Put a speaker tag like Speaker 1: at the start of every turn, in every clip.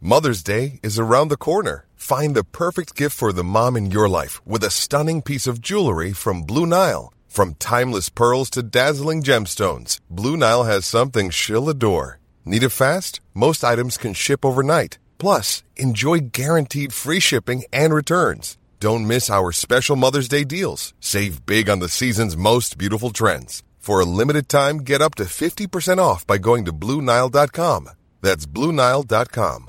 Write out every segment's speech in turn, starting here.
Speaker 1: Mother's Day is around the corner. Find the perfect gift for the mom in your life with a stunning piece of jewelry from Blue Nile. From timeless pearls to dazzling gemstones, Blue Nile has something she'll adore. Need it fast? Most items can ship overnight. Plus, enjoy guaranteed free shipping and returns. Don't miss our special Mother's Day deals. Save big on the season's most beautiful trends. For a limited time, get up to 50% off by going to BlueNile.com. That's BlueNile.com.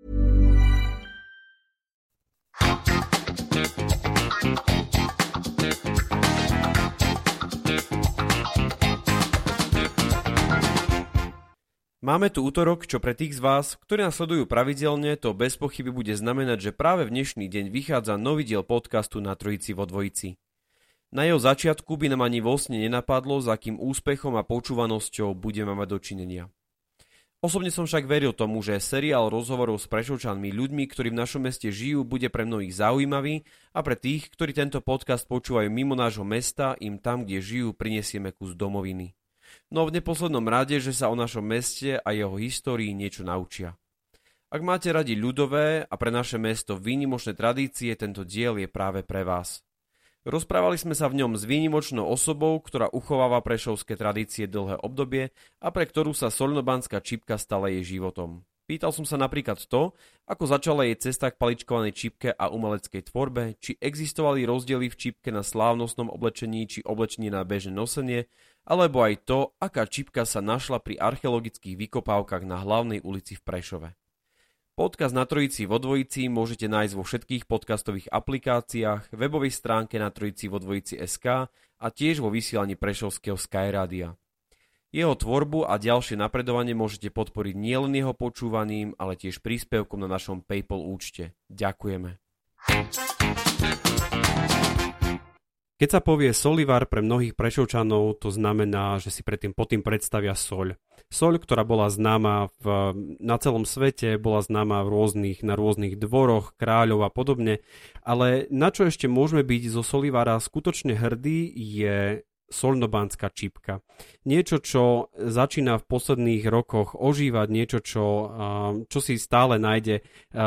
Speaker 2: Máme tu útorok, čo pre tých z vás, ktorí nás sledujú pravidelne, to bez pochyby bude znamenať, že práve v dnešný deň vychádza nový diel podcastu Na trojici vo dvojici. Na jeho začiatku by nám ani vo sne nenapadlo, s akým úspechom a počúvanosťou budeme mať dočinenia. Osobne som však veril tomu, že seriál rozhovorov s Prešovčanmi, ľuďmi, ktorí v našom meste žijú, bude pre mnohých zaujímavý a pre tých, ktorí tento podcast počúvajú mimo nášho mesta, im tam, kde žijú, prinesieme kus domoviny. No v neposlednom rade, že sa o našom meste a jeho histórii niečo naučia. Ak máte radi ľudové a pre naše mesto výnimočné tradície, tento diel je práve pre vás. Rozprávali sme sa v ňom s výnimočnou osobou, ktorá uchováva prešovské tradície dlhé obdobie a pre ktorú sa soľnobanská čipka stala jej životom. Pýtal som sa napríklad to, ako začala jej cesta k paličkovanej čipke a umeleckej tvorbe, či existovali rozdiely v čipke na slávnostnom oblečení či oblečení na bežné nosenie, alebo aj to, aká čipka sa našla pri archeologických vykopávkach na hlavnej ulici v Prešove. Podcast Na trojici vo dvojici môžete nájsť vo všetkých podcastových aplikáciách, webovej stránke Na trojici vo dvojici.sk a tiež vo vysielaní prešovského Skyrádia. Jeho tvorbu a ďalšie napredovanie môžete podporiť nielen jeho počúvaním, ale tiež príspevkom na našom PayPal účte. Ďakujeme. Keď sa povie solivar pre mnohých Prešovčanov, to znamená, že si pod tým predstavia soľ. Soľ, ktorá bola známa na celom svete, bola známa na rôznych dvoroch, kráľov a podobne. Ale na čo ešte môžeme byť zo solivara skutočne hrdí, je soľnobanská čipka. Niečo, čo začína v posledných rokoch ožívať, niečo, čo si stále nájde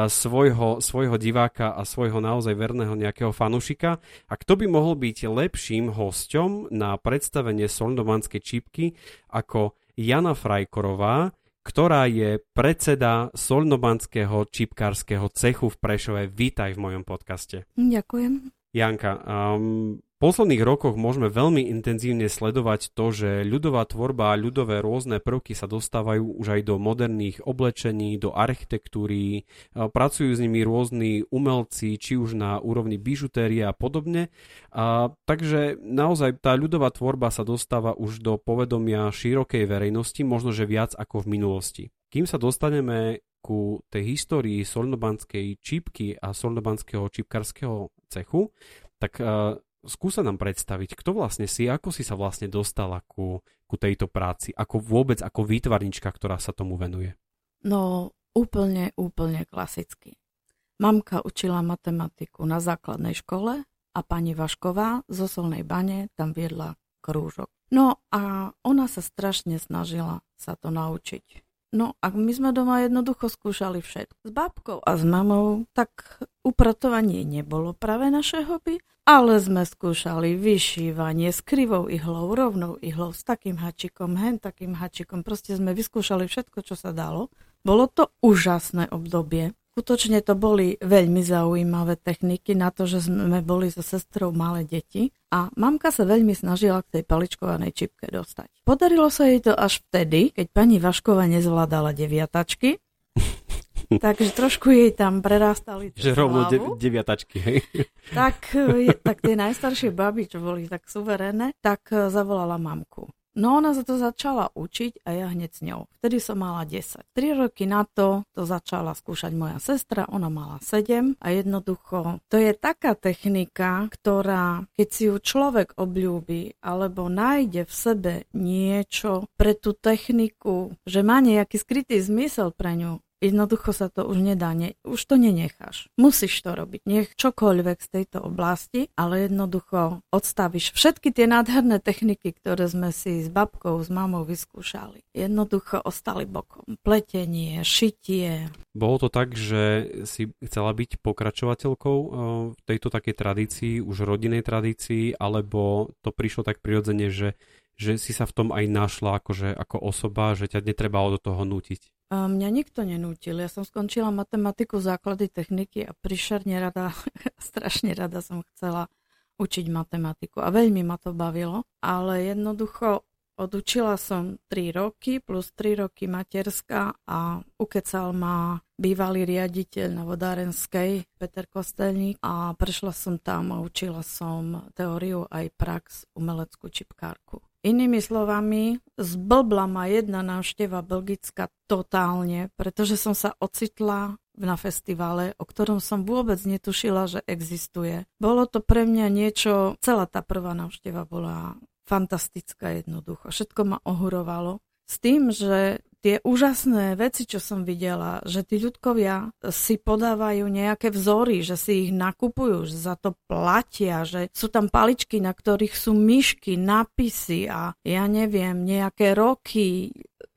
Speaker 2: svojho diváka a svojho naozaj verného nejakého fanúšika. A kto by mohol byť lepším hosťom na predstavenie soľnobanskej čipky ako Jana Frajkorová, ktorá je predseda soľnobanského čipkárskeho cechu v Prešove. Vítaj v mojom podcaste.
Speaker 3: Ďakujem.
Speaker 2: Janka, v posledných rokoch môžeme veľmi intenzívne sledovať to, že ľudová tvorba a ľudové rôzne prvky sa dostávajú už aj do moderných oblečení, do architektúry, pracujú s nimi rôzni umelci, či už na úrovni bižutérie a podobne. Takže naozaj tá ľudová tvorba sa dostáva už do povedomia širokej verejnosti, možno že viac ako v minulosti. Kým sa dostaneme ku tej histórii soľnobanskej čipky a soľnobanského čipkárskeho cechu, tak skúsa nám predstaviť, kto vlastne si, ako si sa vlastne dostala ku tejto práci, ako výtvarnička, ktorá sa tomu venuje.
Speaker 3: No, úplne klasicky. Mamka učila matematiku na základnej škole a pani Vašková zo Solnej Bane tam viedla krúžok. No a ona sa strašne snažila sa to naučiť. No a my sme doma jednoducho skúšali všetko. S babkou a s mamou tak upratovanie nebolo práve naše hobby, ale sme skúšali vyšívanie s krivou ihlou, rovnou ihlou, s takým hačikom, takým hačikom. Proste sme vyskúšali všetko, čo sa dalo. Bolo to úžasné obdobie. Skutočne to boli veľmi zaujímavé techniky na to, že sme boli so sestrou malé deti a mamka sa veľmi snažila k tej paličkovanej čipke dostať. Podarilo sa jej to až vtedy, keď pani Vašková nezvládala deviatačky, takže trošku jej tam prerástali
Speaker 2: že rovno deviatačky, hej?
Speaker 3: Tak tie najstaršie baby, čo boli tak suverénne, tak zavolala mamku. No ona sa to začala učiť a ja hneď s ňou. Vtedy som mala 10. 3 roky na to začala skúšať moja sestra, ona mala 7 a jednoducho to je taká technika, ktorá keď si ju človek obľúbi alebo nájde v sebe niečo pre tú techniku, že má nejaký skrytý zmysel pre ňu, Jednoducho sa to už nedá, už to nenecháš. Musíš to robiť, nech čokoľvek z tejto oblasti, ale jednoducho odstavíš všetky tie nádherné techniky, ktoré sme si s babkou, s mamou vyskúšali. Jednoducho ostali bokom. Pletenie, šitie.
Speaker 2: Bolo to tak, že si chcela byť pokračovateľkou v tejto takej tradícii, už rodinnej tradícii, alebo to prišlo tak prirodzene, že si sa v tom aj našla ako osoba, že ťa netrebalo do toho nútiť?
Speaker 3: Mňa nikto nenútil. Ja som skončila matematiku, základy techniky a príšerne rada, strašne rada som chcela učiť matematiku a veľmi ma to bavilo, ale jednoducho odučila som 3 roky plus 3 roky materská a ukecal ma bývalý riaditeľ na Vodárenskej, Peter Kostelník, a prešla som tam a učila som teóriu aj prax, umeleckú čipkárku. Inými slovami, zblbla ma jedna návšteva belgická totálne, pretože som sa ocitla na festivale, o ktorom som vôbec netušila, že existuje. Bolo to pre mňa niečo, celá tá prvá návšteva bola fantastická jednoducho. Všetko ma ohurovalo. S tým, že tie úžasné veci, čo som videla, že tí ľudkovia si podávajú nejaké vzory, že si ich nakupujú, že za to platia, že sú tam paličky, na ktorých sú myšky, nápisy a ja neviem, nejaké roky,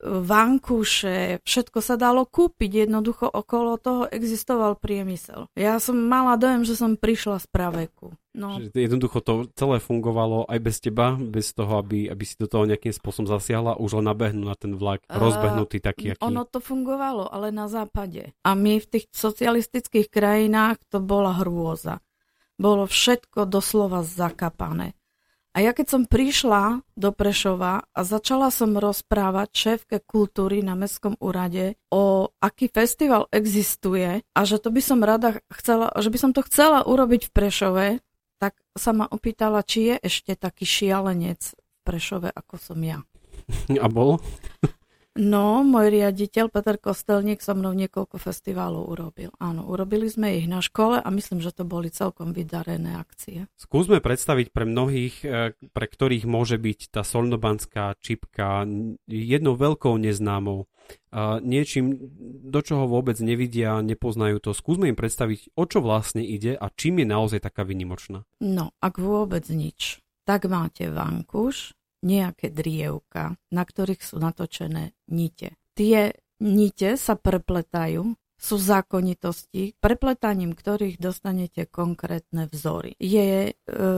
Speaker 3: vankúše, všetko sa dalo kúpiť, jednoducho okolo toho existoval priemysel. Ja som mala dojem, že som prišla z praveku. No.
Speaker 2: Jednoducho to celé fungovalo aj bez teba, bez toho, aby si do toho nejakým spôsobom zasiahla, už len nabehnú na ten vlak, rozbehnutý taký, aký...
Speaker 3: Ono to fungovalo, ale na západe. A my v tých socialistických krajinách to bola hrôza. Bolo všetko doslova zakapané. A ja keď som prišla do Prešova a začala som rozprávať šéfke kultúry na Mestskom úrade o aký festival existuje a že to by som rada chcela, že by som to chcela urobiť v Prešove, tak sa ma opýtala, či je ešte taký šialenec v Prešove, ako som ja.
Speaker 2: A bol?
Speaker 3: No, môj riaditeľ Peter Kostelník so mnou niekoľko festivalov urobil. Áno, urobili sme ich na škole a myslím, že to boli celkom vydarené akcie.
Speaker 2: Skúsme predstaviť pre mnohých, pre ktorých môže byť tá solnobanská čipka jednou veľkou neznámou. Niečím, do čoho vôbec nevidia, nepoznajú to. Skúsme im predstaviť, o čo vlastne ide a čím je naozaj taká výnimočná.
Speaker 3: No, ak vôbec nič, tak máte vankúš, nejaké drievka, na ktorých sú natočené nite. Tie nite sa prepletajú, sú zákonitosti, prepletaním ktorých dostanete konkrétne vzory. Je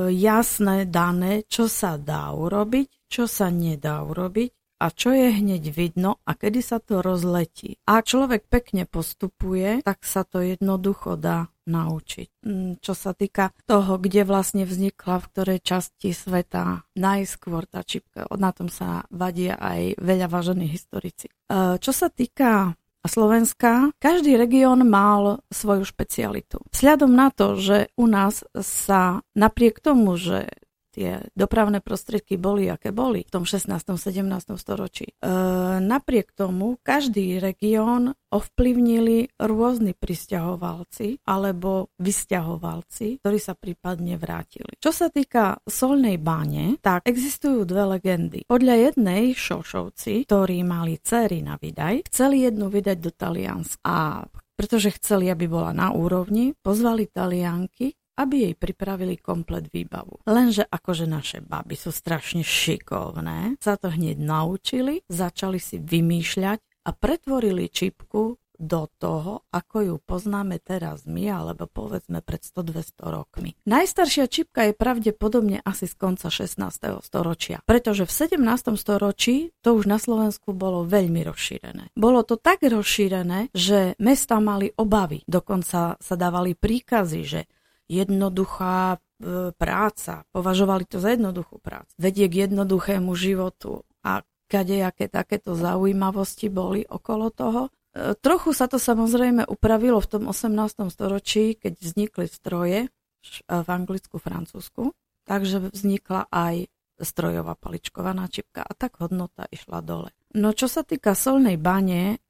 Speaker 3: jasné dané, čo sa dá urobiť, čo sa nedá urobiť a čo je hneď vidno a kedy sa to rozletí. A človek pekne postupuje, tak sa to jednoducho dá naučiť. Čo sa týka toho, kde vlastne vznikla, v ktorej časti sveta najskôr tá čipka, na tom sa vadia aj veľa vážení historici. Čo sa týka Slovenska, každý región mal svoju špecialitu. Vzhľadom na to, že u nás sa napriek tomu, že tie dopravné prostriedky boli, aké boli v tom 16. 17. storočí. Napriek tomu každý región ovplyvnili rôzni prisťahovalci alebo vysťahovalci, ktorí sa prípadne vrátili. Čo sa týka Solnej báne, tak existujú dve legendy. Podľa jednej Šošovci, ktorí mali dcéry na vydaj, chceli jednu vydať do Talianska a pretože chceli, aby bola na úrovni, pozvali Talianky, aby jej pripravili komplet výbavu. Lenže akože naše baby sú strašne šikovné, sa to hneď naučili, začali si vymýšľať a pretvorili čipku do toho, ako ju poznáme teraz my, alebo povedzme pred 100-200 rokmi. Najstaršia čipka je pravdepodobne asi z konca 16. storočia, pretože v 17. storočí to už na Slovensku bolo veľmi rozšírené. Bolo to tak rozšírené, že mestá mali obavy, dokonca sa dávali príkazy, že jednoduchá práca, považovali to za jednoduchú prácu, vedie k jednoduchému životu a kadejaké takéto zaujímavosti boli okolo toho. Trochu sa to samozrejme upravilo v tom 18. storočí, keď vznikli stroje v Anglicku, Francúzsku, takže vznikla aj strojová paličkovaná čipka a tak hodnota išla dole. No čo sa týka Solnej bane,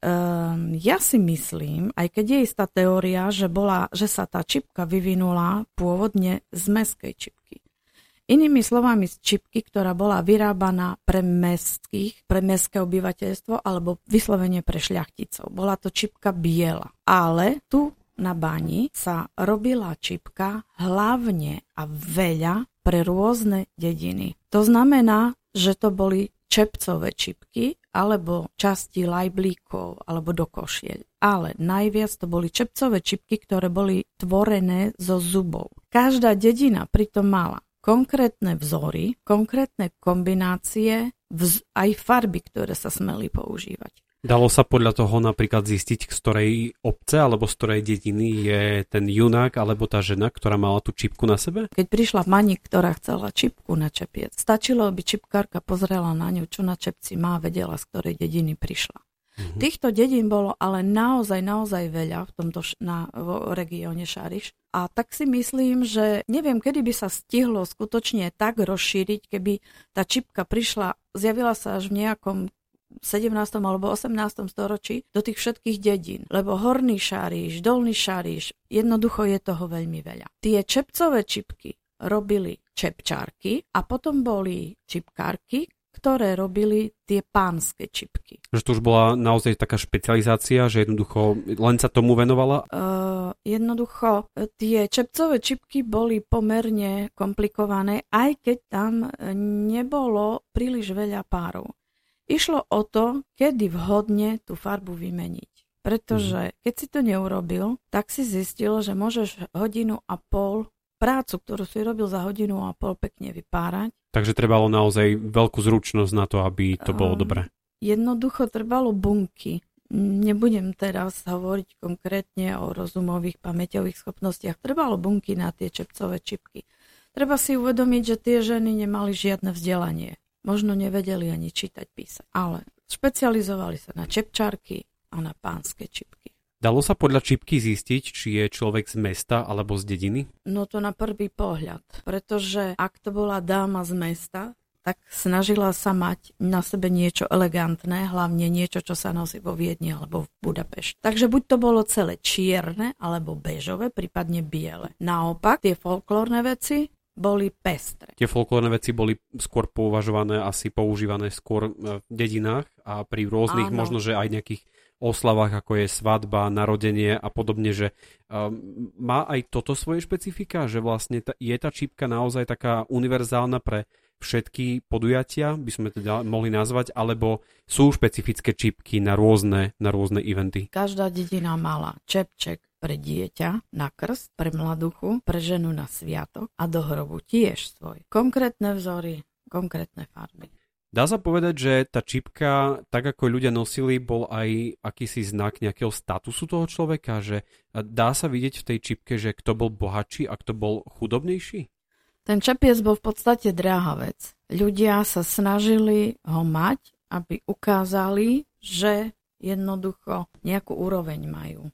Speaker 3: ja si myslím, aj keď je istá teória, že sa tá čipka vyvinula pôvodne z mestskej čipky. Inými slovami z čipky, ktorá bola vyrábaná pre mestské obyvateľstvo alebo vyslovene pre šľachticov. Bola to čipka biela. Ale tu na bani sa robila čipka hlavne a veľa pre rôzne dediny. To znamená, že to boli čepcové čipky alebo časti lajblíkov alebo do košieľ. Ale najviac to boli čepcové čipky, ktoré boli tvorené zo zubov. Každá dedina pritom mala konkrétne vzory, konkrétne kombinácie, aj farby, ktoré sa smeli používať.
Speaker 4: Dalo sa podľa toho napríklad zistiť, z ktorej obce alebo z ktorej dediny je ten junák alebo tá žena, ktorá mala tú čipku na sebe?
Speaker 3: Keď prišla pani, ktorá chcela čipku na čepiec, stačilo, aby čipkárka pozrela na ňu, čo na čepci má, vedela, z ktorej dediny prišla. Týchto dedín bolo ale naozaj veľa v tomto v regióne Šariš. A tak si myslím, že neviem, kedy by sa stihlo skutočne tak rozšíriť, keby tá čipka zjavila sa až v nejakom 17. alebo 18. storočí do tých všetkých dedín. Lebo Horný Šariš, Dolný Šariš, jednoducho je toho veľmi veľa. Tie čepcové čipky robili čepčárky a potom boli čipkárky, ktoré robili tie pánske čipky.
Speaker 4: Že to už bola naozaj taká špecializácia, že jednoducho len sa tomu venovala?
Speaker 3: Jednoducho tie čepcové čipky boli pomerne komplikované, aj keď tam nebolo príliš veľa párov. Išlo o to, kedy vhodne tú farbu vymeniť. Pretože keď si to neurobil, tak si zistil, že môžeš hodinu a pol prácu, ktorú si robil za hodinu a pol, pekne vypárať. Takže
Speaker 4: trebalo naozaj veľkú zručnosť na to, aby to bolo dobré.
Speaker 3: Jednoducho trebalo bunky. Nebudem teraz hovoriť konkrétne o rozumových, pamäťových schopnostiach. Trebalo bunky na tie čepcové čipky. Treba si uvedomiť, že tie ženy nemali žiadne vzdelanie. Možno nevedeli ani čítať, písať. Ale špecializovali sa na čepčárky a na pánske čipky.
Speaker 4: Dalo sa podľa čipky zistiť, či je človek z mesta alebo z dediny?
Speaker 3: No to na prvý pohľad. Pretože ak to bola dáma z mesta, tak snažila sa mať na sebe niečo elegantné, hlavne niečo, čo sa nosí vo Viedni alebo v Budapešti. Takže buď to bolo celé čierne, alebo bežové, prípadne biele. Naopak, tie folklórne veci boli pestré.
Speaker 4: Tie folklórne veci boli skôr používané skôr v dedinách a pri rôznych, možno, že aj nejakých oslavách, ako je svadba, narodenie a podobne, že má aj toto svoje špecifika, že vlastne je tá čipka naozaj taká univerzálna pre všetky podujatia, by sme teda mohli nazvať, alebo sú špecifické čipky na rôzne eventy?
Speaker 3: Každá dedina mala čepček pre dieťa na krst, pre mladuchu, pre ženu na sviatok a do hrobu tiež svoj. Konkrétne vzory, konkrétne farby.
Speaker 4: Dá sa povedať, že tá čipka, tak ako ľudia nosili, bol aj akýsi znak nejakého statusu toho človeka, že dá sa vidieť v tej čipke, že kto bol bohatší a kto bol chudobnejší?
Speaker 3: Ten čepiec bol v podstate drahá vec. Ľudia sa snažili ho mať, aby ukázali, že jednoducho nejakú úroveň majú.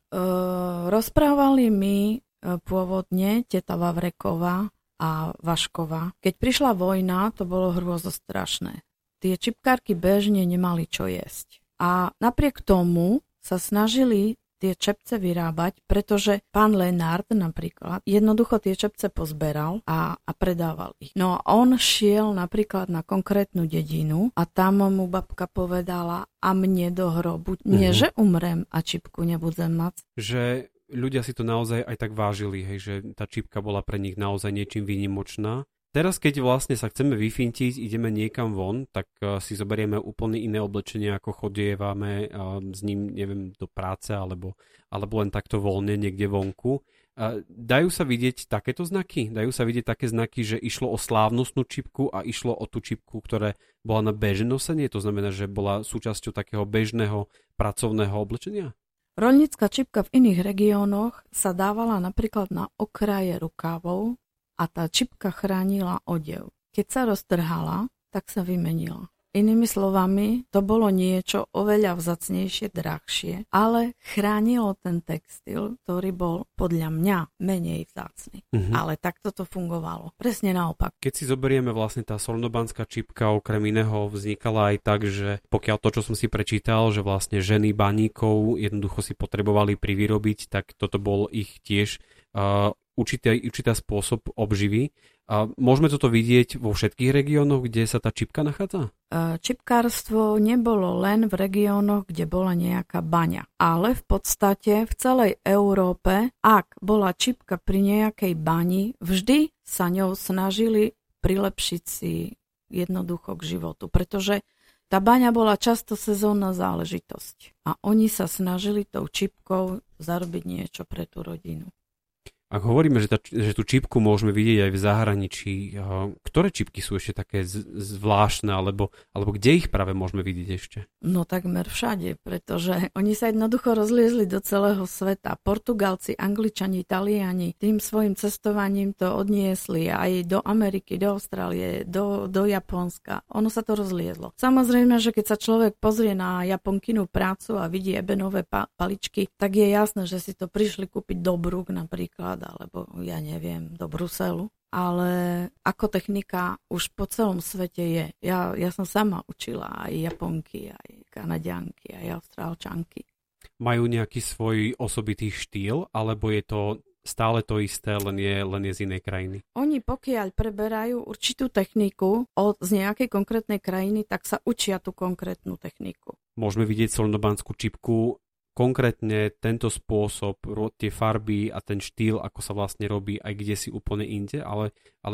Speaker 3: Rozprávali mi pôvodne teta Vavreková a Vašková. Keď prišla vojna, to bolo hrôzostrašné. Tie čipkárky bežne nemali čo jesť. A napriek tomu sa snažili tie čepce vyrábať, pretože pán Lenard napríklad jednoducho tie čepce pozberal a predával ich. No a on šiel napríklad na konkrétnu dedinu a tam mu babka povedala a mne do hrobu, nie že umrem a čipku nebudem mať.
Speaker 4: Že ľudia si to naozaj aj tak vážili, hej, že tá čipka bola pre nich naozaj niečím výnimočná. Teraz, keď vlastne sa chceme vyfintiť, ideme niekam von, tak si zoberieme úplne iné oblečenie, ako chodievame s ním, neviem, do práce alebo len takto voľne niekde vonku. Dajú sa vidieť takéto znaky? Dajú sa vidieť také znaky, že išlo o slávnostnú čipku a išlo o tú čipku, ktorá bola na bežné nosenie? To znamená, že bola súčasťou takého bežného pracovného oblečenia?
Speaker 3: Roľnícka čipka v iných regiónoch sa dávala napríklad na okraje rukávov, a tá čipka chránila odev. Keď sa roztrhala, tak sa vymenila. Inými slovami, to bolo niečo oveľa vzácnejšie, drahšie, ale chránilo ten textil, ktorý bol podľa mňa menej vzácny. Ale takto to fungovalo. Presne naopak.
Speaker 4: Keď si zoberieme vlastne tá solnobanská čipka okrem iného vznikala aj tak, že pokiaľ to, čo som si prečítal, že vlastne ženy baníkov jednoducho si potrebovali privyrobiť, tak toto bol ich tiež určitý spôsob obživy. A môžeme toto vidieť vo všetkých regiónoch, kde sa tá čipka nachádza?
Speaker 3: Čipkárstvo nebolo len v regiónoch, kde bola nejaká baňa. Ale v podstate v celej Európe, ak bola čipka pri nejakej bani, vždy sa ňou snažili prilepšiť si jednoducho k životu. Pretože tá baňa bola často sezónna záležitosť. A oni sa snažili tou čipkou zarobiť niečo pre tú rodinu.
Speaker 4: Ak hovoríme, že tú čipku môžeme vidieť aj v zahraničí, ktoré čipky sú ešte také zvláštne, alebo kde ich práve môžeme vidieť ešte?
Speaker 3: No takmer všade, pretože oni sa jednoducho rozliezli do celého sveta. Portugalci, Angličani, Taliani tým svojim cestovaním to odniesli aj do Ameriky, do Austrálie, do Japonska. Ono sa to rozliezlo. Samozrejme, že keď sa človek pozrie na Japonkinu prácu a vidí ebenové paličky, tak je jasné, že si to prišli kúpiť do Bruk napríklad, alebo ja neviem, do Bruselu. Ale ako technika už po celom svete je. Ja som sama učila aj Japonky, aj Kanadianky, aj Austrálčanky.
Speaker 4: Majú nejaký svoj osobitý štýl, alebo je to stále to isté, len je z inej krajiny? Oni
Speaker 3: pokiaľ preberajú určitú techniku z nejakej konkrétnej krajiny, tak sa učia tú konkrétnu techniku.
Speaker 4: Môžeme vidieť solnobanskú čipku, konkrétne tento spôsob, tie farby a ten štýl, ako sa vlastne robí aj kde si úplne inde, ale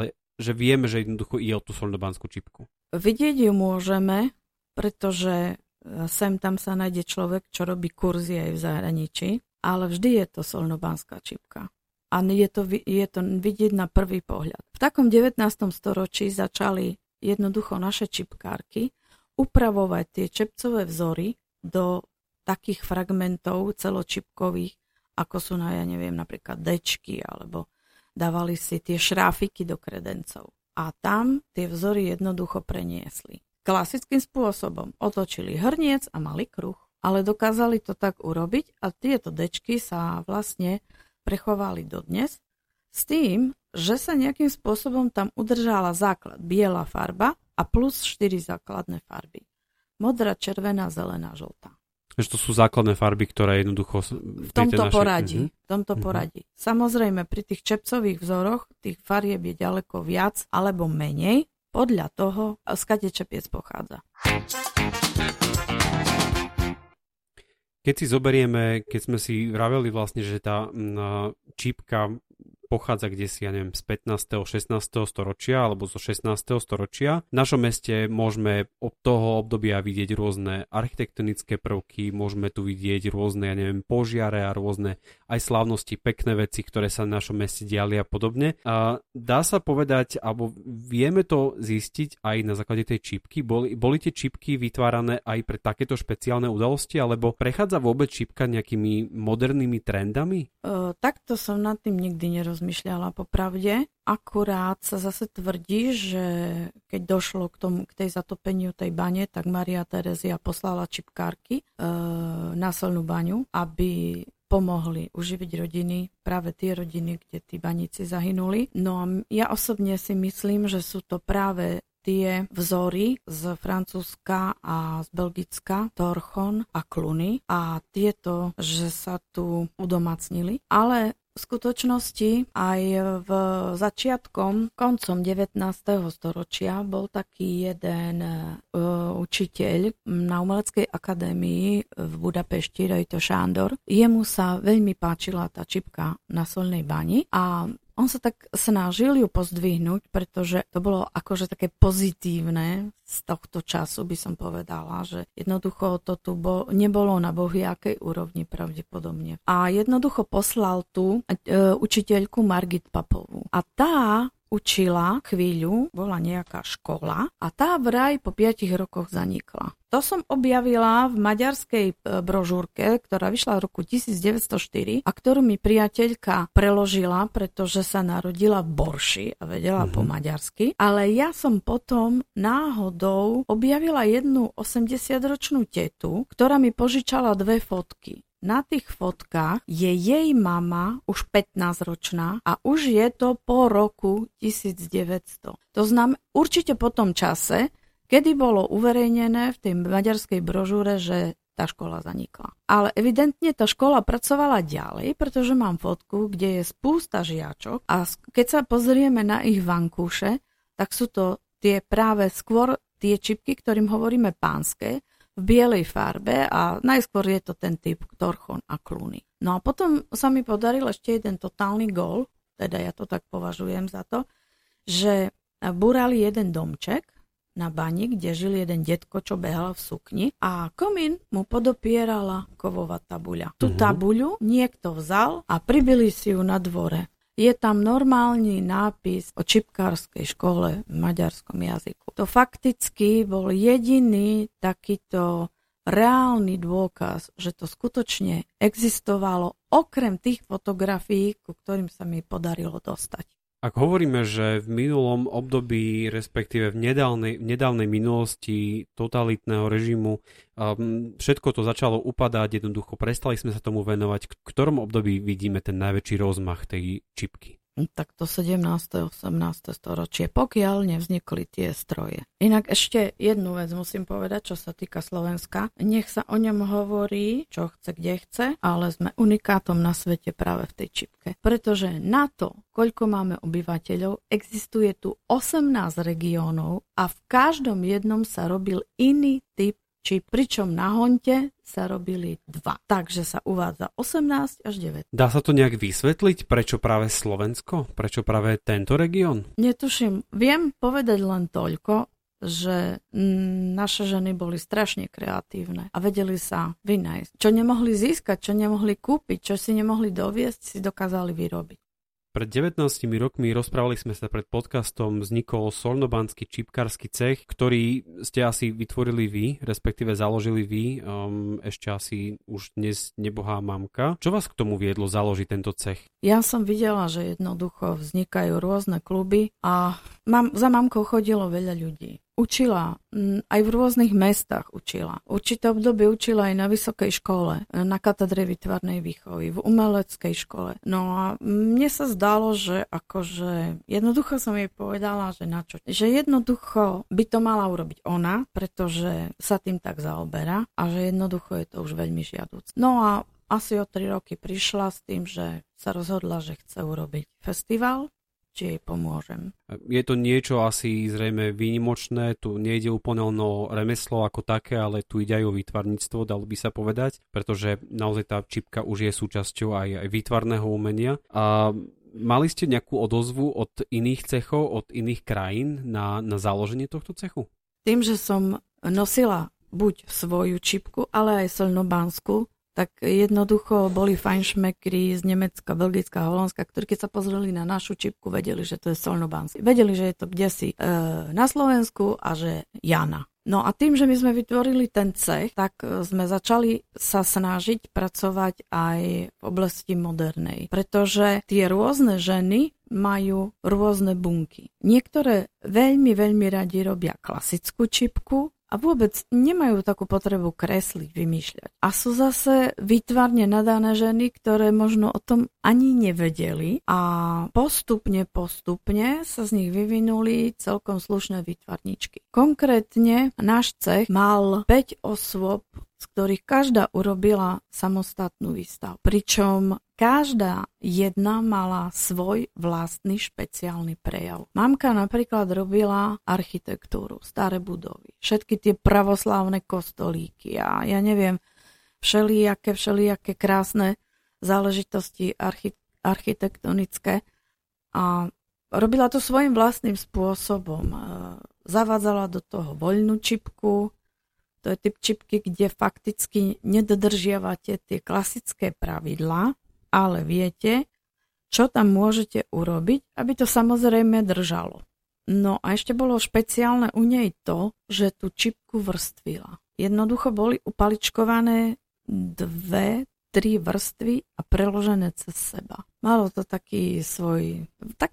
Speaker 4: že vieme, že jednoducho ide o tú solnobanskú čipku.
Speaker 3: Vidieť ju môžeme, pretože sem tam sa nájde človek, čo robí kurzy aj v zahraničí, ale vždy je to solnobanská čipka. A je to vidieť na prvý pohľad. V takom 19. storočí začali jednoducho naše čipkárky upravovať tie čepcové vzory do takých fragmentov celočipkových, ako sú napríklad dečky, alebo dávali si tie šráfiky do kredencov. A tam tie vzory jednoducho preniesli. Klasickým spôsobom otočili hrniec a mali kruh, ale dokázali to tak urobiť a tieto dečky sa vlastne prechovali dodnes s tým, že sa nejakým spôsobom tam udržala základ biela farba a plus 4 základné farby. Modrá, červená, zelená, žltá.
Speaker 4: Že to sú základné farby, ktoré jednoducho...
Speaker 3: V tomto poradí. Samozrejme, pri tých čepcových vzoroch tých farieb je ďaleko viac alebo menej, podľa toho, skade čepiec pochádza.
Speaker 4: Keď si zoberieme, keď sme si vraveli vlastne, že tá čipka pochádza kdesi, z 15. 16. storočia alebo zo 16. storočia. V našom meste môžeme od toho obdobia vidieť rôzne architektonické prvky, môžeme tu vidieť rôzne, požiare a rôzne aj slávnosti, pekné veci, ktoré sa v našom meste diali a podobne. A dá sa povedať, alebo vieme to zistiť aj na základe tej čipky. Boli tie čipky vytvárané aj pre takéto špeciálne udalosti, alebo prechádza vôbec čipka nejakými modernými trendami?
Speaker 3: Takto som nad tým nikdy nerozmýšľala popravde. Akurát sa zase tvrdí, že keď došlo k tej zatopeniu tej bane, tak Maria Terezia poslala čipkárky na Solnú baňu, aby pomohli uživiť rodiny, práve tie rodiny, kde tí baníci zahynuli. No a ja osobne si myslím, že sú to práve tie vzory z Francúzska a z Belgicka, Torchon a Cluny a tieto, že sa tu udomacnili. Ale v skutočnosti aj v koncom 19. storočia bol taký jeden učiteľ na Umeleckej akadémii v Budapešti, Rojto Sándor. Jemu sa veľmi páčila tá čipka na Solnej bani a on sa tak snažil ju pozdvihnúť, pretože to bolo akože také pozitívne z tohto času, by som povedala, že jednoducho to tu nebolo na bohviakej úrovni pravdepodobne. A jednoducho poslal tu učiteľku Margit Papovú. A tá učila chvíľu, bola nejaká škola a tá vraj po 5 rokoch zanikla. To som objavila v maďarskej brožúrke, ktorá vyšla v roku 1904 a ktorú mi priateľka preložila, pretože sa narodila v Borši a vedela po maďarsky. Ale ja som potom náhodou objavila jednu 80-ročnú tetu, ktorá mi požičala 2 fotky. Na tých fotkách je jej mama už 15-ročná a už je to po roku 1900. To znamená určite po tom čase, kedy bolo uverejnené v tej maďarskej brožúre, že tá škola zanikla. Ale evidentne tá škola pracovala ďalej, pretože mám fotku, kde je spústa žiačok a keď sa pozrieme na ich vankúše, tak sú to tie práve skôr tie čipky, ktorým hovoríme pánske, v bielej farbe a najskôr je to ten typ Torchon a Cluny. No a potom sa mi podaril ešte jeden totálny gól, teda ja to tak považujem za to, že burali jeden domček na bani, kde žil jeden detko, čo behal v sukni a komín mu podopierala kovová tabuľa. Tú tabuľu niekto vzal a pribili si ju na dvore. Je tam normálny nápis o čipkárskej škole v maďarskom jazyku. To fakticky bol jediný takýto reálny dôkaz, že to skutočne existovalo okrem tých fotografií, ku ktorým sa mi podarilo dostať.
Speaker 4: Ak hovoríme, že v minulom období, respektíve v nedávnej minulosti totalitného režimu všetko to začalo upadať, jednoducho prestali sme sa tomu venovať, v ktorom období vidíme ten najväčší rozmach tej čipky?
Speaker 3: Tak to 17. 18. storočie, pokiaľ nevznikli tie stroje. Inak ešte jednu vec musím povedať, čo sa týka Slovenska. Nech sa o ňom hovorí, čo chce, kde chce, ale sme unikátom na svete práve v tej čipke. Pretože na to, koľko máme obyvateľov, existuje tu 18 regiónov a v každom jednom sa robil iný typ čip, pričom na Honte sa robili 2. Takže sa uvádza 18 až 9.
Speaker 4: Dá sa to nejak vysvetliť, prečo práve Slovensko? Prečo práve tento región?
Speaker 3: Netuším. Viem povedať len toľko, že naše ženy boli strašne kreatívne a vedeli sa vynájsť. Čo nemohli získať, čo nemohli kúpiť, čo si nemohli doviesť, si dokázali vyrobiť.
Speaker 4: Pred 19 rokmi rozprávali sme sa pred podcastom, vznikol solnobanský čipkársky cech, ktorý ste asi vytvorili vy, respektíve založili vy, ešte asi už dnes nebohá mamka. Čo vás k tomu viedlo založiť tento cech?
Speaker 3: Ja som videla, že jednoducho vznikajú rôzne kluby a za mamkou chodilo veľa ľudí. Učila, aj v rôznych mestách učila. Určité obdobie učila aj na vysokej škole, na katedre výtvarnej výchovy, v umeleckej škole. No a mne sa zdalo, že akože jednoducho som jej povedala, že na čo. Že jednoducho by to mala urobiť ona, pretože sa tým tak zaoberá a že jednoducho je to už veľmi žiaduc. No a asi o 3 roky prišla s tým, že sa rozhodla, že chce urobiť festival, či jej pomôžem.
Speaker 4: Je to niečo asi zrejme výnimočné, tu nejde úplne o remeslo ako také, ale tu ide aj o výtvarníctvo, dalo by sa povedať, pretože naozaj tá čipka už je súčasťou aj výtvarného umenia. A mali ste nejakú odozvu od iných cechov, od iných krajín na založenie tohto cechu?
Speaker 3: Tým, že som nosila buď svoju čipku, ale aj solnobánsku, tak jednoducho boli fajnšmekri z Nemecka, Belgická, Holandska, ktorí keď sa pozreli na našu čipku, vedeli, že to je solnobánsk. Vedeli, že je to kdesi na Slovensku a že Jana. No a tým, že my sme vytvorili ten cech, tak sme začali sa snažiť pracovať aj v oblasti modernej. Pretože tie rôzne ženy majú rôzne bunky. Niektoré veľmi, veľmi radi robia klasickú čipku, a vôbec nemajú takú potrebu kresliť, vymýšľať. A sú zase výtvarne nadané ženy, ktoré možno o tom ani nevedeli a postupne sa z nich vyvinuli celkom slušné výtvarničky. Konkrétne náš cech mal 5 osôb, z ktorých každá urobila samostatnú výstavu. Pričom každá jedna mala svoj vlastný špeciálny prejav. Mamka napríklad robila architektúru, staré budovy, všetky tie pravoslávne kostolíky a ja neviem, všelijaké krásne záležitosti architektonické a robila to svojím vlastným spôsobom. Zavádzala do toho voľnú čipku. To je typ čipky, kde fakticky nedodržiavate tie klasické pravidlá, ale viete, čo tam môžete urobiť, aby to samozrejme držalo. No a ešte bolo špeciálne u nej to, že tú čipku vrstvila. Jednoducho boli upaličkované 2-3 vrstvy a preložené cez seba. Malo to taký svoj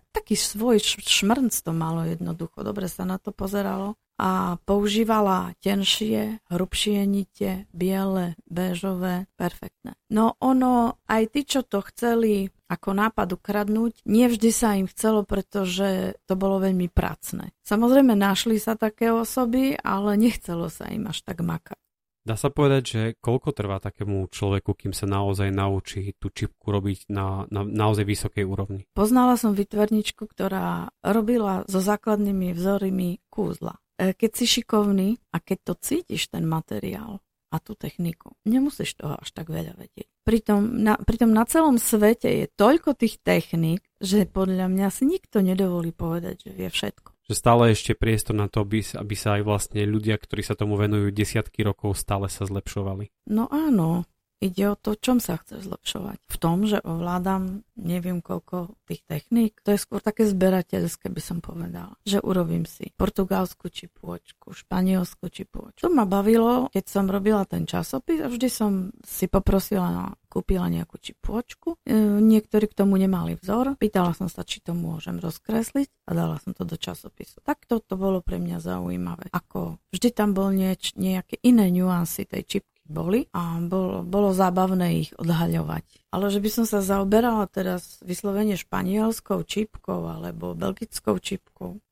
Speaker 3: šmrnc to malo jednoducho. Dobre sa na to pozeralo. A používala tenšie, hrubšie nite, biele, béžové, perfektné. No ono, aj tí, čo to chceli ako nápad ukradnúť, nevždy sa im chcelo, pretože to bolo veľmi pracné. Samozrejme, našli sa také osoby, ale nechcelo sa im až tak makať.
Speaker 4: Dá sa povedať, že koľko trvá takému človeku, kým sa naozaj naučí tú čipku robiť na naozaj vysokej úrovni?
Speaker 3: Poznala som výtvarničku, ktorá robila so základnými vzormi kúzla. Keď si šikovný a keď to cítiš, ten materiál a tú techniku, nemusíš toho až tak veľa vedieť. Pritom na celom svete je toľko tých techník, že podľa mňa si nikto nedovolí povedať, že vie všetko.
Speaker 4: Že stále ešte priestor na to, aby sa aj vlastne ľudia, ktorí sa tomu venujú desiatky rokov, stále sa zlepšovali.
Speaker 3: No áno, ide o to, čom sa chce zlepšovať. V tom, že ovládam neviem koľko tých techník, to je skôr také zberateľské, by som povedala. Že urobím si portugalskú čipôčku, španielsku čipôčku. To ma bavilo, keď som robila ten časopis a vždy som si kúpila nejakú čipôčku. Niektorí k tomu nemali vzor. Pýtala som sa, či to môžem rozkresliť a dala som to do časopisu. Tak to bolo pre mňa zaujímavé. Ako vždy tam bol nejaké iné nuancy tej čipky boli a bolo zábavné ich odhaľovať. Ale že by som sa zaoberala teraz vyslovene španielskou čipkou alebo belgickou čipkou,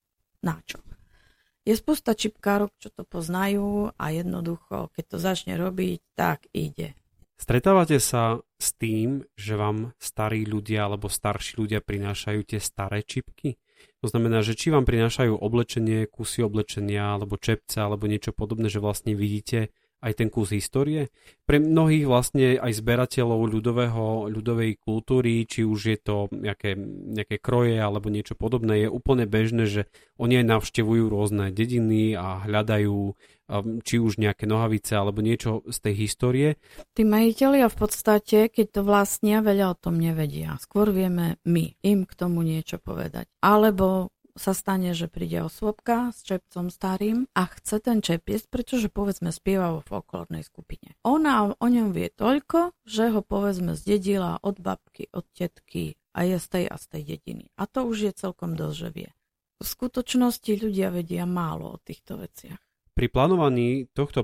Speaker 3: na čo? Je spústa čipkárov, čo to poznajú a jednoducho, keď to začne robiť, tak ide.
Speaker 4: Stretávate sa s tým, že vám starí ľudia alebo starší ľudia prinášajú tie staré čipky? To znamená, že či vám prinášajú oblečenie, kusy oblečenia alebo čepce alebo niečo podobné, že vlastne vidíte aj ten kus histórie. Pre mnohých vlastne aj zberateľov ľudovej kultúry, či už je to nejaké kroje alebo niečo podobné, je úplne bežné, že oni aj navštevujú rôzne dediny a hľadajú či už nejaké nohavice alebo niečo z tej histórie.
Speaker 3: Tí majitelia v podstate, keď to vlastnia, veľa o tom nevedia. Skôr vieme my im k tomu niečo povedať. Alebo sa stane, že príde osôbka s čepcom starým a chce ten čepiec, pretože povedzme spieva vo folklórnej skupine. Ona o ňom vie toľko, že ho povedzme zdedila od babky, od tetky a je z tej a z tej dediny. A to už je celkom dosť, že vie. V skutočnosti ľudia vedia málo o týchto veciach.
Speaker 4: Pri plánovaní tohto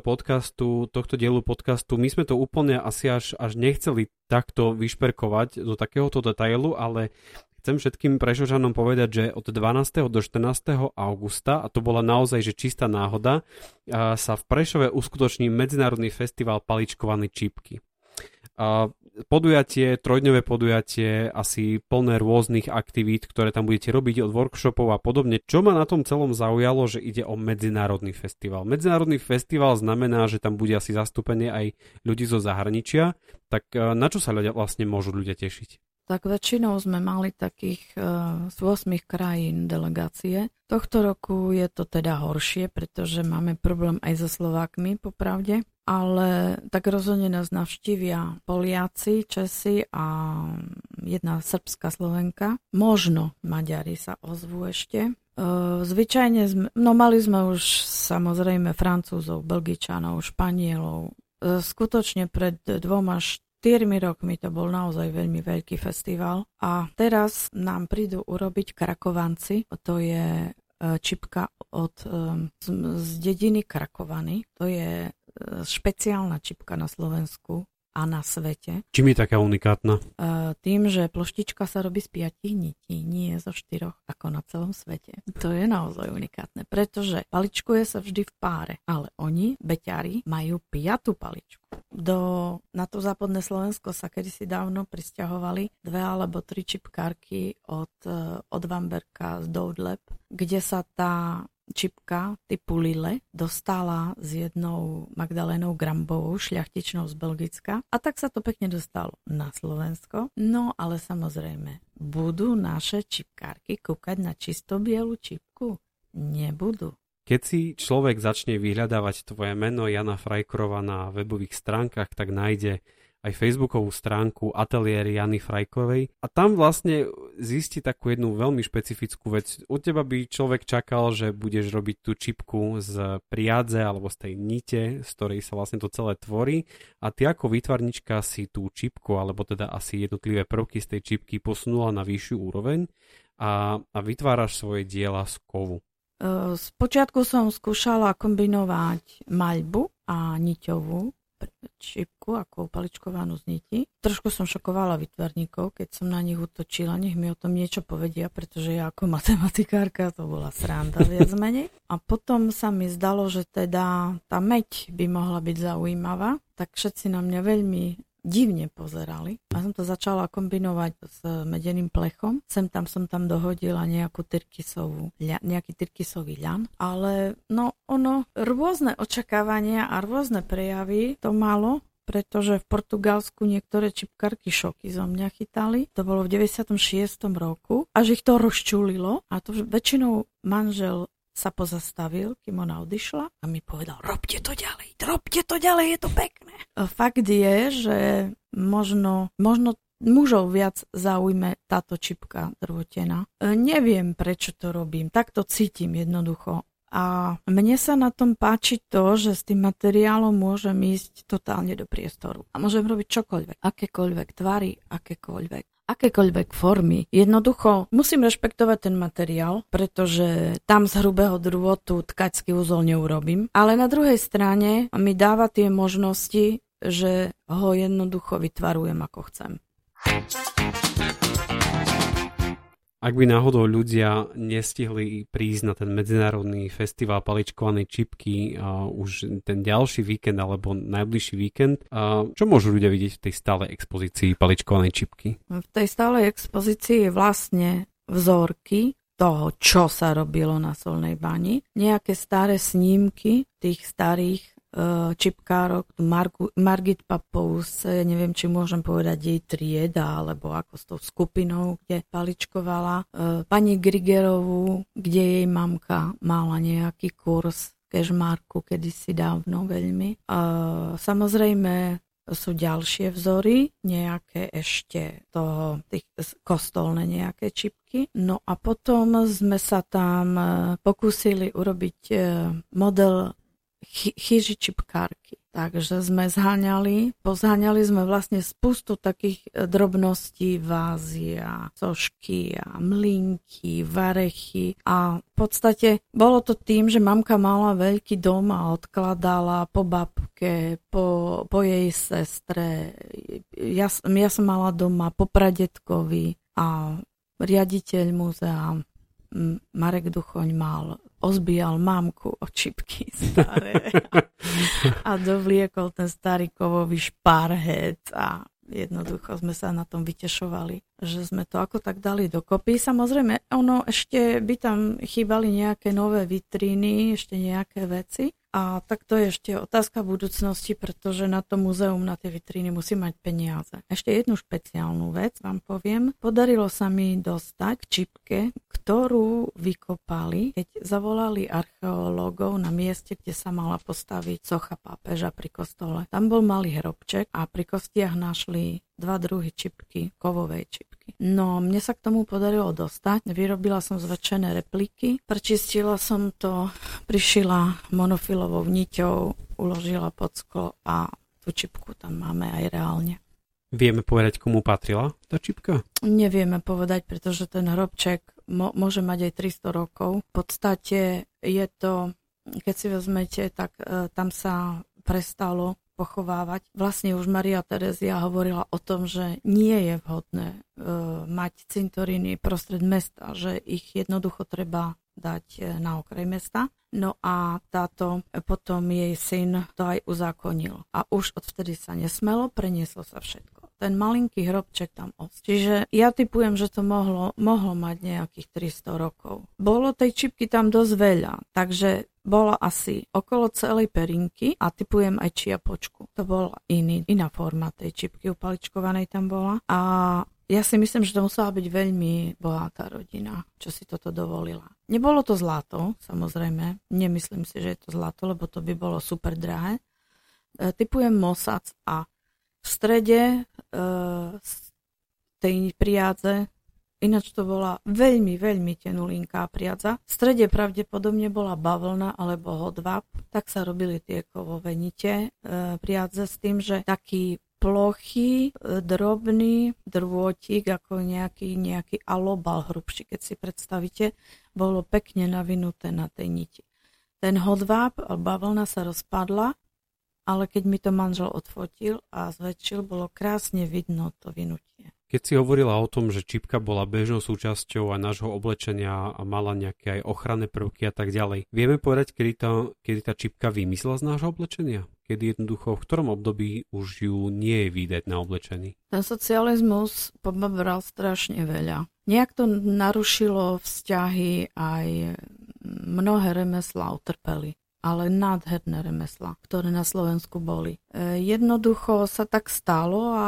Speaker 4: dielu podcastu, my sme to úplne asi až nechceli takto vyšperkovať do takéhoto detailu, ale chcem všetkým Prešovčanom povedať, že od 12. do 14. augusta, a to bola naozaj že čistá náhoda, sa v Prešove uskutoční Medzinárodný festival paličkovanej čipky. Trojdňové podujatie, asi plné rôznych aktivít, ktoré tam budete robiť, od workshopov a podobne. Čo ma na tom celom zaujalo, že ide o medzinárodný festival. Medzinárodný festival znamená, že tam bude asi zastúpenie aj ľudí zo zahraničia. Tak na čo sa vlastne môžu ľudia tešiť?
Speaker 3: Tak väčšinou sme mali takých z 8 krajín delegácie. Tohto roku je to teda horšie, pretože máme problém aj so Slovákmi, popravde. Ale tak rozhodne nás navštívia Poliaci, Česi a jedna srbská Slovenka. Možno Maďari sa ozvú ešte. Zvyčajne mali sme už samozrejme Francúzov, Belgičanov, Španielov. Skutočne pred 2-4 rokmi to bol naozaj veľmi veľký festival a teraz nám prídu urobiť Krakovanci, to je čipka z dediny Krakovany, to je špeciálna čipka na Slovensku a na svete.
Speaker 4: Čím je taká unikátna?
Speaker 3: Tým, že ploštička sa robí z 5 nití, nie zo 4, ako na celom svete. To je naozaj unikátne, pretože paličkuje sa vždy v páre, ale oni, beťari, majú 5. paličku. Na to západné Slovensko sa kedysi dávno prisťahovali 2 alebo 3 čipkárky od Vamberka z Doudleb, kde sa tá čipka typu Lille dostala s jednou Magdalénou Grambovou, šľachtičnou z Belgicka. A tak sa to pekne dostalo na Slovensko. No ale samozrejme, budú naše čipkárky kúkať na čisto bielu čipku? Nebudú.
Speaker 4: Keď si človek začne vyhľadávať tvoje meno Jana Frajkorova na webových stránkach, tak nájde aj facebookovú stránku Ateliér Jany Frajkovej a tam vlastne zistí takú jednu veľmi špecifickú vec. Od teba by človek čakal, že budeš robiť tú čipku z priadze alebo z tej nite, z ktorej sa vlastne to celé tvorí a ty ako výtvarnička si tú čipku alebo teda asi jednotlivé prvky z tej čipky posunula na vyššiu úroveň a vytváraš svoje diela z kovu.
Speaker 3: Spočiatku som skúšala kombinovať maľbu a niťovú čipku, ako paličkovanú z niti. Trošku som šokovala výtvarníkov, keď som na nich útočila, nech mi o tom niečo povedia, pretože ja ako matematikárka to bola sranda viac menej. A potom sa mi zdalo, že teda tá meď by mohla byť zaujímavá, tak všetci na mňa veľmi divne pozerali. A som to začala kombinovať s medeným plechom. Sem tam som tam dohodila nejaký tyrkysový ľan. Ale rôzne očakávania a rôzne prejavy to malo, pretože v Portugalsku niektoré čipkárky šoky zo mňa chytali. To bolo v 96. roku. Až ich to rozčulilo. A to väčšinou manžel sa pozastavil, kým ona odišla a mi povedal, robte to ďalej, je to pekné. Fakt je, že možno mužov viac zaujme táto čipka drvotená. Neviem, prečo to robím, tak to cítim jednoducho. A mne sa na tom páči to, že s tým materiálom môžem ísť totálne do priestoru. A môžem robiť čokoľvek, akékoľvek tvary, akékoľvek formy. Jednoducho musím rešpektovať ten materiál, pretože tam z hrubého drôtu tkačský úzol neurobím. Ale na druhej strane mi dáva tie možnosti, že ho jednoducho vytvarujem ako chcem.
Speaker 4: Ak by náhodou ľudia nestihli prísť na ten medzinárodný festival paličkovanej čipky už ten ďalší víkend alebo najbližší víkend, čo môžu ľudia vidieť v tej stálej expozícii paličkovanej čipky?
Speaker 3: V tej stálej expozícii je vlastne vzorky toho, čo sa robilo na Solnej bani. Nejaké staré snímky tých starých čipkárok, Margit Papous, neviem, či môžem povedať jej trieda, alebo ako s tou skupinou, kde paličkovala. Pani Grigerovú, kde jej mamka mala nejaký kurz kežmarku kedysi dávno veľmi. Samozrejme sú ďalšie vzory, nejaké ešte tých kostolné nejaké čipky. No a potom sme sa tam pokúsili urobiť model chyži čipkárky. Takže sme pozháňali sme vlastne spustu takých drobností, vázy a sošky a mlynky, varechy a v podstate bolo to tým, že mamka mala veľký dom a odkladala po babke, po jej sestre. Ja som mala doma po pradedkovi a riaditeľ múzea Marek Duchoň ozbíjal mamku o čipky staré a dovliekol ten starý kovový šparhet a jednoducho sme sa na tom vytešovali, že sme to ako tak dali dokopy. Samozrejme, ešte by tam chýbali nejaké nové vitríny, ešte nejaké veci. A tak to je ešte otázka budúcnosti, pretože na to muzeum, na tie vitríny musí mať peniaze. Ešte jednu špeciálnu vec vám poviem. Podarilo sa mi dostať k čipke, ktorú vykopali, keď zavolali archeológov na mieste, kde sa mala postaviť socha pápeža pri kostole. Tam bol malý hrobček a pri kostiach našli 2 druhy čipky, kovovej čipky. No, mne sa k tomu podarilo dostať. Vyrobila som zväčšené repliky, prečistila som to, prišila monofilovou niťou, uložila pod sklo a tú čipku tam máme aj reálne.
Speaker 4: Vieme povedať, komu patrila tá čipka?
Speaker 3: Nevieme povedať, pretože ten hrobček môže mať aj 300 rokov. V podstate je to, keď si vezmete, tak tam sa prestalo pochovávať. Vlastne už Maria Terezia hovorila o tom, že nie je vhodné mať cintoríny prostred mesta, že ich jednoducho treba dať na okraj mesta. No a potom jej syn to aj uzákonil. A už odvtedy sa nesmelo, prenieslo sa všetko. Ten malinký hrobček tam Čiže ja tipujem, že to mohlo mať nejakých 300 rokov. Bolo tej čipky tam dosť veľa, takže bola asi okolo celej perinky a tipujem aj čiapočku. To bola iná forma tej čipky upaličkovanej tam bola. A ja si myslím, že to musela byť veľmi bohatá rodina, čo si toto dovolila. Nebolo to zlato, samozrejme. Nemyslím si, že je to zlato, lebo to by bolo super drahé. Tipujem mosac a v strede tej priadze, ináč to bola veľmi, veľmi tenulinká priadza. V strede pravdepodobne bola bavlna alebo hodváb, tak sa robili tie kovové nite priadze s tým, že taký plochý, drobný drôtik, ako nejaký alobal hrubší, keď si predstavíte, bolo pekne navinuté na tej niti. Ten hodváb a bavlna sa rozpadla ale keď mi to manžel odfotil a zväčšil, bolo krásne vidno to vynutie.
Speaker 4: Keď si hovorila o tom, že čipka bola bežnou súčasťou aj nášho oblečenia a mala nejaké aj ochranné prvky a tak ďalej, vieme povedať, kedy tá čipka vymyslela z nášho oblečenia? Kedy jednoducho, v ktorom období už ju nie je vidieť na oblečení?
Speaker 3: Ten socializmus pobral strašne veľa. Nejak to narušilo vzťahy, aj mnohé remeslá utrpeli, ale nádherné remeslá, ktoré na Slovensku boli. Jednoducho sa tak stalo a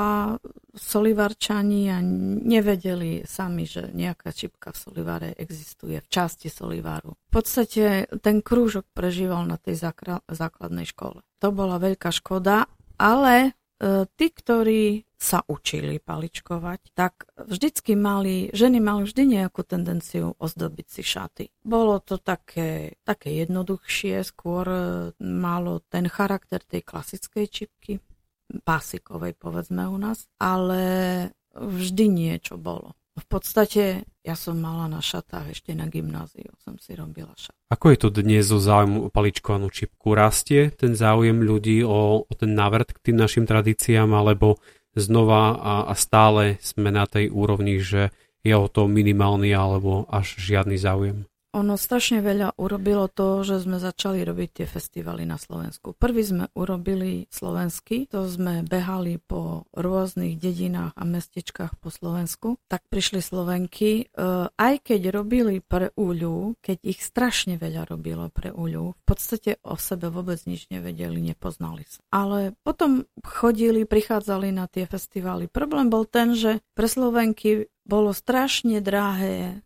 Speaker 3: Solivarčania nevedeli sami, že nejaká čipka v Soliváre existuje, v časti Soliváru. V podstate ten krúžok prežíval na tej základnej škole. To bola veľká škoda, ale tí, ktorí sa učili paličkovať, tak vždycky ženy mali vždy nejakú tendenciu ozdobiť si šaty. Bolo to také jednoduchšie, skôr malo ten charakter tej klasickej čipky, pásikovej povedzme u nás, ale vždy niečo bolo. V podstate ja som mala na šatách ešte na gymnáziu, som si robila šaty.
Speaker 4: Ako je to dnes so záujmu o paličkovanú čipku? Rastie ten záujem ľudí o ten návrat k tým našim tradíciám, alebo znova a stále sme na tej úrovni, že je o to minimálny alebo až žiadny záujem?
Speaker 3: Ono strašne veľa urobilo to, že sme začali robiť tie festivaly na Slovensku. Prvý sme urobili slovenský, to sme behali po rôznych dedinách a mestečkách po Slovensku. Tak prišli Slovenky, aj keď robili pre Uľu, keď ich strašne veľa robilo pre Uľu, v podstate o sebe vôbec nič nevedeli, nepoznali sa. Ale potom prichádzali na tie festivaly. Problém bol ten, že pre Slovenky bolo strašne drahé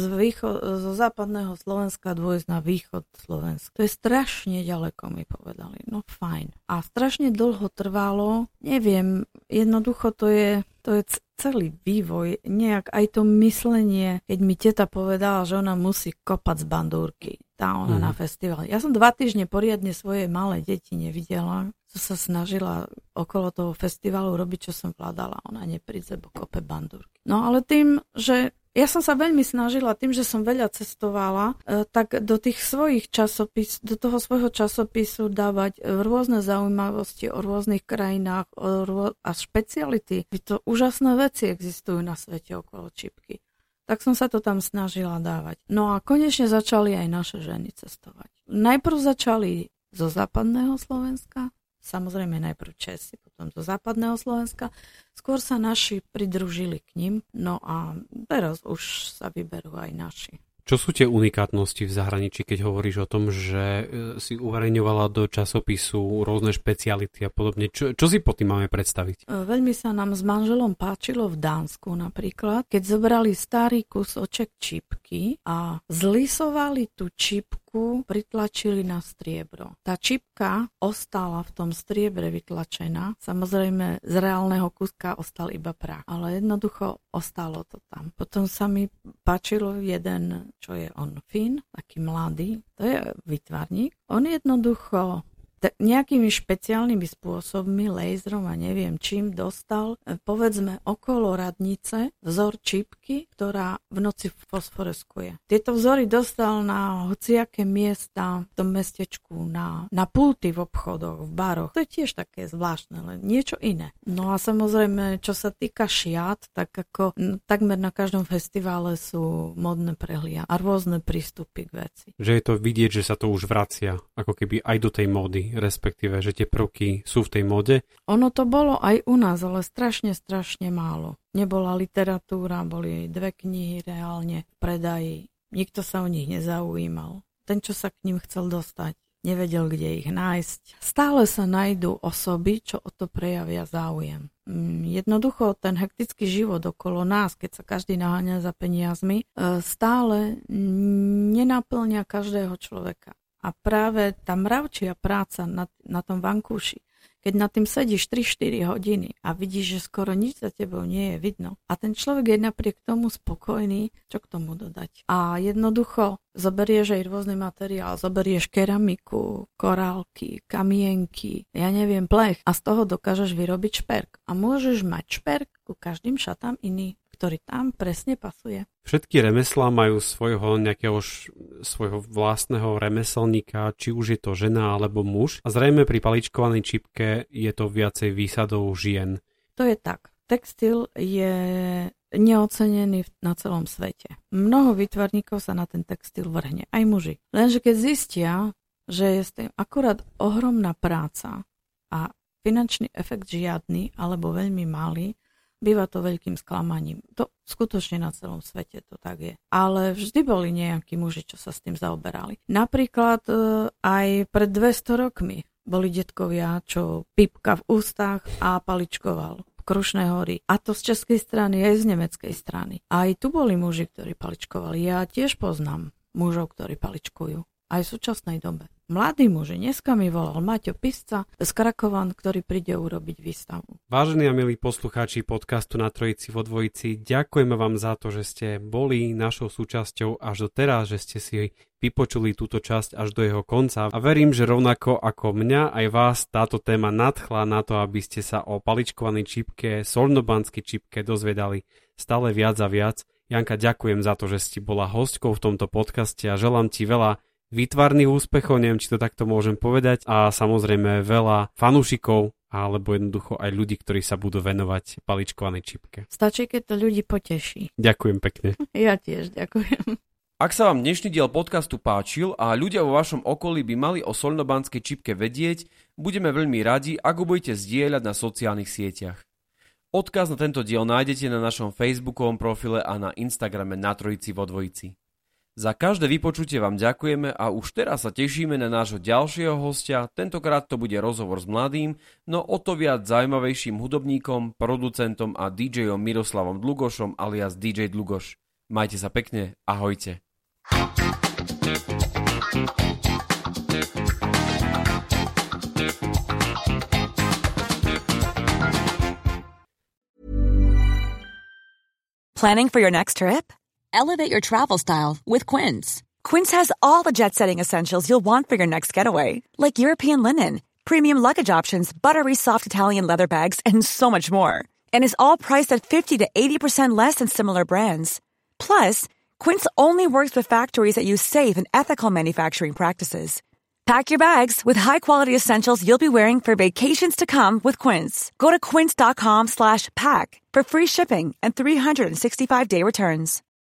Speaker 3: zo západného Slovenska dôjsť na východ Slovenska. To je strašne ďaleko, mi povedali. No fajn. A strašne dlho trvalo, neviem, jednoducho to je celý vývoj, nejak aj to myslenie, keď mi teta povedala, že ona musí kopať z bandúrky. Ona na festivale. Ja som 2 týždne poriadne svoje malé deti nevidela. Som sa snažila okolo toho festivalu robiť, čo som vládala. Ona nepríde, bo kope bandúrky. No ale tým, že ja som sa veľmi snažila, tým, že som veľa cestovala, tak do toho svojho časopisu dávať rôzne zaujímavosti o rôznych krajinách a špeciality. To úžasné veci existujú na svete okolo čipky. Tak som sa to tam snažila dávať. No a konečne začali aj naše ženy cestovať. Najprv začali zo západného Slovenska, samozrejme najprv Česi, potom zo západného Slovenska. Skôr sa naši pridružili k nim, no a teraz už sa vyberú aj naši.
Speaker 4: Čo sú tie unikátnosti v zahraničí, keď hovoríš o tom, že si uverejňovala do časopisu rôzne špeciality a podobne? Čo si pod tým máme predstaviť?
Speaker 3: Veľmi sa nám s manželom páčilo v Dánsku napríklad, keď zobrali starý kusoček čipky a zlisovali tú čipku, pritlačili na striebro. Tá čipka ostala v tom striebre vytlačená. Samozrejme z reálneho kuska ostal iba prach, ale jednoducho ostalo to tam. Potom sa mi páčilo jeden, čo je on Fín, taký mladý, to je výtvarník. On jednoducho nejakými špeciálnymi spôsobmi, laserom a neviem čím, dostal, povedzme, okolo radnice vzor čipky, ktorá v noci fosforeskuje. Tieto vzory dostal na hociaké miesta v tom mestečku, na pulty v obchodoch, v baroch. To je tiež také zvláštne, len niečo iné. No a samozrejme, čo sa týka šiat, tak ako takmer na každom festivale sú modné prehlia a rôzne prístupy k veci.
Speaker 4: Že je to vidieť, že sa to už vracia, ako keby aj do tej módy, respektíve, že tie prvky sú v tej móde?
Speaker 3: Ono to bolo aj u nás, ale strašne málo. Nebola literatúra, boli 2 knihy reálne v predaji. Nikto sa o nich nezaujímal. Ten, čo sa k ním chcel dostať, nevedel, kde ich nájsť. Stále sa nájdú osoby, čo o to prejavia záujem. Jednoducho ten hektický život okolo nás, keď sa každý naháňa za peniazmi, stále nenaplňa každého človeka. A práve tá mravčia práca na tom vankúši, keď nad tým sedíš 3-4 hodiny a vidíš, že skoro nič za tebou nie je vidno a ten človek je napriek tomu spokojný, čo k tomu dodať. A jednoducho zoberieš aj rôzny materiál, zoberieš keramiku, korálky, kamienky, ja neviem, plech a z toho dokážeš vyrobiť šperk. A môžeš mať šperk ku každým šatám iný. ktorý tam presne pasuje.
Speaker 4: Všetky remeslá majú svojho vlastného remeselníka, či už je to žena alebo muž. A zrejme pri paličkovanej čipke je to viacej výsadou žien.
Speaker 3: To je tak. Textil je neocenený na celom svete. Mnoho výtvarníkov sa na ten textil vrhne, aj muži. Lenže keď zistia, že je s tým akurát ohromná práca a finančný efekt žiadny alebo veľmi malý, býva to veľkým sklamaním. To skutočne na celom svete to tak je. Ale vždy boli nejakí muži, čo sa s tým zaoberali. Napríklad aj pred 200 rokmi boli detkovia, čo pipka v ústach a paličkoval Krušné hory. A to z českej strany, aj z nemeckej strany. A aj tu boli muži, ktorí paličkovali. Ja tiež poznám mužov, ktorí paličkujú. Aj v súčasnej dobe. Mladý muž, dneska mi volal Maťo Pisca z Krakovan, ktorý príde urobiť výstavu.
Speaker 4: Vážení a milí poslucháči podcastu Na Trojici vo Dvojici, ďakujeme vám za to, že ste boli našou súčasťou až do teraz, že ste si vypočuli túto časť až do jeho konca. A verím, že rovnako ako mňa, aj vás táto téma nadchla na to, aby ste sa o paličkovanej čipke, solnobanskej čipke dozvedali stále viac a viac. Janka, ďakujem za to, že si bola hostkou v tomto podcaste a želám ti veľa výtvarných úspechov, neviem, či to takto môžem povedať, a samozrejme veľa fanúšikov alebo jednoducho aj ľudí, ktorí sa budú venovať paličkovanej čipke.
Speaker 3: Stačí, keď to ľudí poteší.
Speaker 4: Ďakujem pekne.
Speaker 3: Ja tiež ďakujem.
Speaker 2: Ak sa vám dnešný diel podcastu páčil a ľudia vo vašom okolí by mali o solnobanskej čipke vedieť, budeme veľmi radi, ak ho budete zdieľať na sociálnych sieťach. Odkaz na tento diel nájdete na našom facebookovom profile a na Instagrame Na Trojici vo Dvojici. Za každé vypočutie vám ďakujeme a už teraz sa tešíme na nášho ďalšieho hostia, tentokrát to bude rozhovor s mladým, no o to viac zaujímavejším hudobníkom, producentom a DJom Miroslavom Dlugošom alias DJ Dlugoš. Majte sa pekne, ahojte.
Speaker 5: Planning for your next trip? Elevate your travel style with Quince. Quince has all the jet-setting essentials you'll want for your next getaway, like European linen, premium luggage options, buttery soft Italian leather bags, and so much more. And is all priced at 50 to 80% less than similar brands. Plus, Quince only works with factories that use safe and ethical manufacturing practices. Pack your bags with high-quality essentials you'll be wearing for vacations to come with Quince. Go to quince.com/pack for free shipping and 365-day returns.